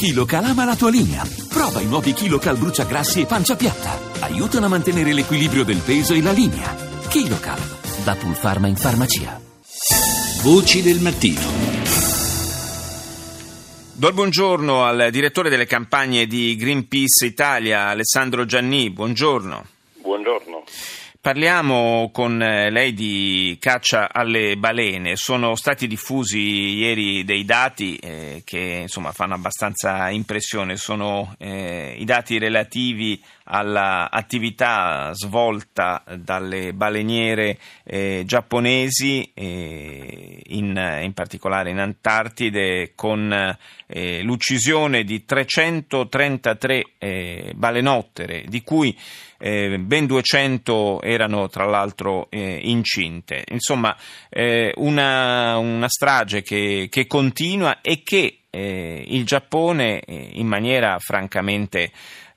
KiloCal ama la tua linea. Prova i nuovi KiloCal bruciagrassi e pancia piatta. Aiutano a mantenere l'equilibrio del peso e la linea. KiloCal, da Pulpharma in farmacia. Voci del mattino. Do il buongiorno al direttore delle campagne di Greenpeace Italia, Alessandro Gianni. Buongiorno. Buongiorno. Parliamo con lei di caccia alle balene. Sono stati diffusi ieri dei dati che insomma fanno abbastanza impressione. Sono i dati relativi all'attività svolta dalle baleniere giapponesi, in particolare in Antartide, con l'uccisione di 333 balenottere, di cui ben 200 erano tra l'altro incinte. Insomma, una strage che continua e che il Giappone, in maniera francamente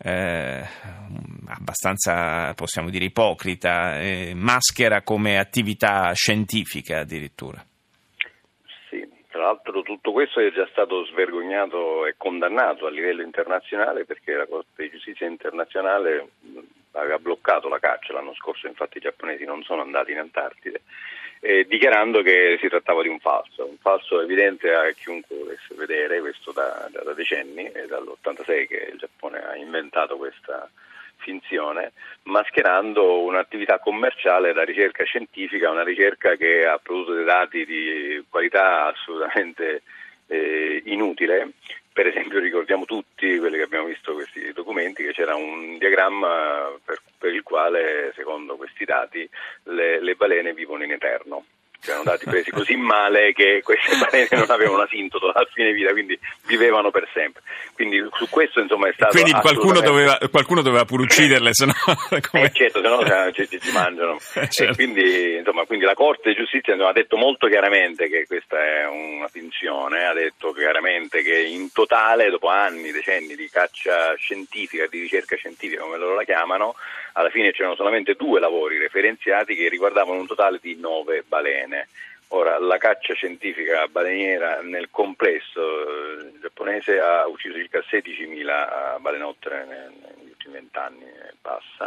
abbastanza, possiamo dire, ipocrita, maschera come attività scientifica addirittura. Sì, tra l'altro tutto questo è già stato svergognato e condannato a livello internazionale, perché la Corte di Giustizia internazionale aveva bloccato la caccia l'anno scorso. Infatti i giapponesi non sono andati in Antartide, dichiarando che si trattava di un falso evidente a chiunque volesse vedere. Questo da decenni, è dall'86 che il Giappone ha inventato questa finzione, mascherando un'attività commerciale da ricerca scientifica, una ricerca che ha prodotto dei dati di qualità assolutamente inutile. Per esempio, ricordiamo tutti quelli che abbiamo visto, questi documenti, che c'era un diagramma per il quale, secondo questi dati, le balene vivono in eterno. C'erano dati presi così male che queste balene non avevano asintoto a fine vita, quindi vivevano per sempre. Quindi su questo, insomma, è stato quindi qualcuno doveva pure ucciderle, se no certo, se no ci mangiano. Certo. E quindi la Corte di Giustizia, insomma, ha detto molto chiaramente che questa è una finzione, ha detto chiaramente che in totale, dopo anni, decenni di caccia scientifica, di ricerca scientifica, come loro la chiamano, alla fine c'erano solamente 2 lavori referenziati che riguardavano un totale di 9 balene. Ora, la caccia scientifica baleniera nel complesso giapponese ha ucciso circa 16.000 balenottere negli ultimi 20 anni e passa.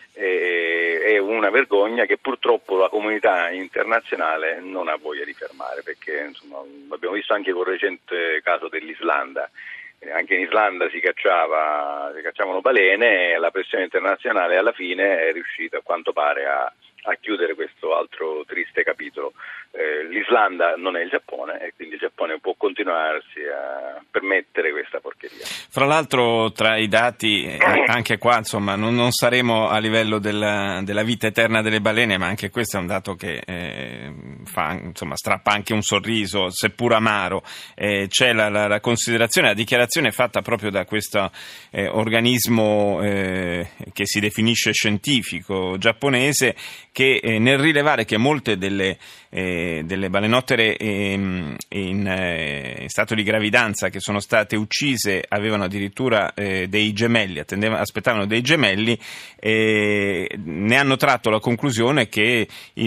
È una vergogna che purtroppo la comunità internazionale non ha voglia di fermare, perché insomma, abbiamo visto anche con il recente caso dell'Islanda. Anche in Islanda si cacciavano balene, e la pressione internazionale alla fine è riuscita, a quanto pare, a chiudere questo altro triste capitolo. L'Islanda non è il Giappone, e quindi il Giappone può continuarsi a permettere questa porcheria. Fra l'altro, tra i dati, anche qua insomma non saremo a livello della vita eterna delle balene, ma anche questo è un dato che strappa anche un sorriso, seppur amaro. C'è la considerazione, la dichiarazione fatta proprio da questo organismo che si definisce scientifico giapponese, che nel rilevare che molte delle balenottere in stato di gravidanza che sono state uccise avevano addirittura dei gemelli, aspettavano dei gemelli, ne hanno tratto la conclusione che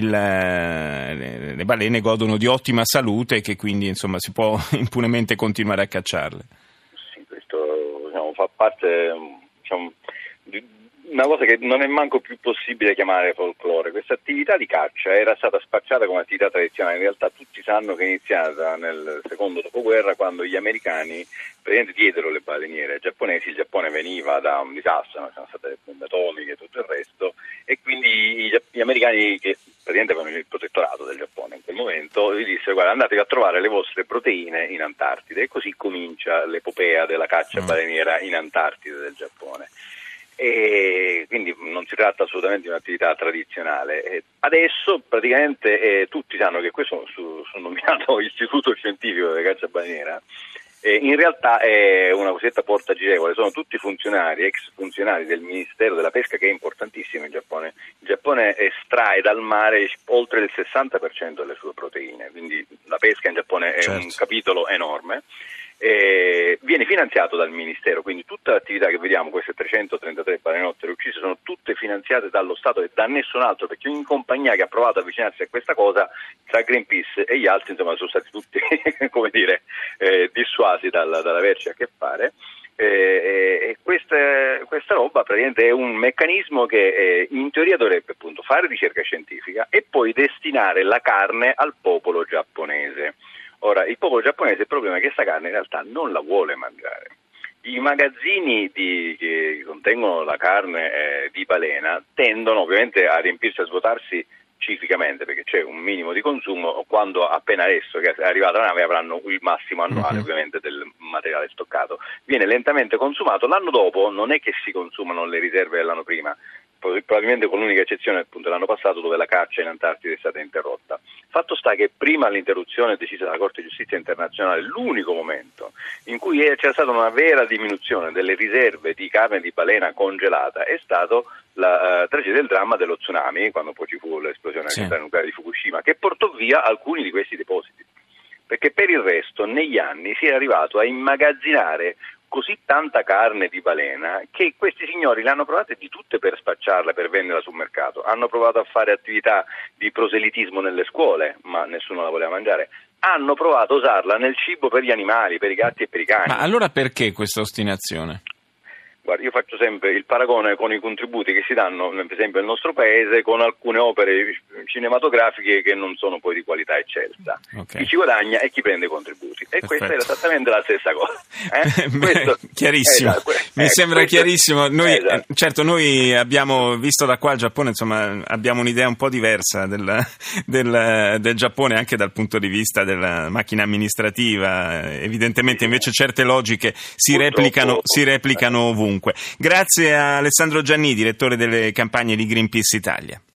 le balene godono di ottima salute e che quindi insomma si può impunemente continuare a cacciarle. Sì, questo fa parte di una cosa che non è manco più possibile chiamare folklore. Questa attività di caccia era stata spacciata come attività tradizionale. In realtà tutti sanno che è iniziata nel secondo dopoguerra, quando gli americani praticamente diedero le baleniere ai giapponesi. Il Giappone veniva da un disastro, c'erano state le bombe atomiche e tutto il resto, e quindi gli americani, che praticamente avevano il protettorato del Giappone in quel momento, gli dissero: guarda, andatevi a trovare le vostre proteine in Antartide. E così comincia l'epopea della caccia baleniera in Antartide del Giappone. E quindi non si tratta assolutamente di un'attività tradizionale. Adesso praticamente tutti sanno che questo sul nominato Istituto Scientifico della Caccia Baleniera in realtà è una cosiddetta porta girevole. Sono tutti funzionari, ex funzionari del Ministero della Pesca, che è importantissimo in Giappone. Il Giappone estrae dal mare oltre il 60% delle sue proteine, quindi la pesca in Giappone è un capitolo enorme. viene finanziato dal Ministero, quindi tutta l'attività che vediamo, queste 333 balenottere uccise, sono tutte finanziate dallo Stato e da nessun altro, perché ogni compagnia che ha provato a avvicinarsi a questa cosa, tra Greenpeace e gli altri, insomma, sono stati tutti dissuasi dall'averci a che fare. E questa roba praticamente è un meccanismo che in teoria dovrebbe appunto fare ricerca scientifica e poi destinare la carne al popolo giapponese. Ora, il popolo giapponese, il problema è che questa carne in realtà non la vuole mangiare. I magazzini che contengono la carne di balena tendono ovviamente a riempirsi, a svuotarsi ciclicamente, perché c'è un minimo di consumo, quando appena adesso che è arrivata la nave avranno il massimo annuale ovviamente del materiale stoccato. Viene lentamente consumato, l'anno dopo non è che si consumano le riserve dell'anno prima, probabilmente con l'unica eccezione appunto dell'anno passato, dove la caccia in Antartide è stata interrotta. Fatto sta che prima l'interruzione decisa dalla Corte di Giustizia internazionale, l'unico momento in cui c'era stata una vera diminuzione delle riserve di carne di balena congelata è stato la tragedia del dramma dello tsunami, quando poi ci fu l'esplosione nucleare di Fukushima, che portò via alcuni di questi depositi, perché per il resto negli anni si è arrivato a immagazzinare così tanta carne di balena che questi signori l'hanno provata di tutte per spacciarla, per venderla sul mercato. Hanno provato a fare attività di proselitismo nelle scuole, ma nessuno la voleva mangiare. Hanno provato a usarla nel cibo per gli animali, per i gatti e per i cani. Ma allora perché questa ostinazione? Guarda, io faccio sempre il paragone con i contributi che si danno, per esempio nel nostro paese, con alcune opere cinematografiche che non sono poi di qualità eccelsa. Okay. Chi ci guadagna è chi prende i contributi. E questa è esattamente la stessa cosa. Chiarissimo. Mi sembra chiarissimo. Noi, certo, noi abbiamo visto da qua il Giappone, insomma, abbiamo un'idea un po' diversa del Giappone anche dal punto di vista della macchina amministrativa. Evidentemente invece certe logiche si replicano ovunque. Grazie a Alessandro Giannì, direttore delle campagne di Greenpeace Italia.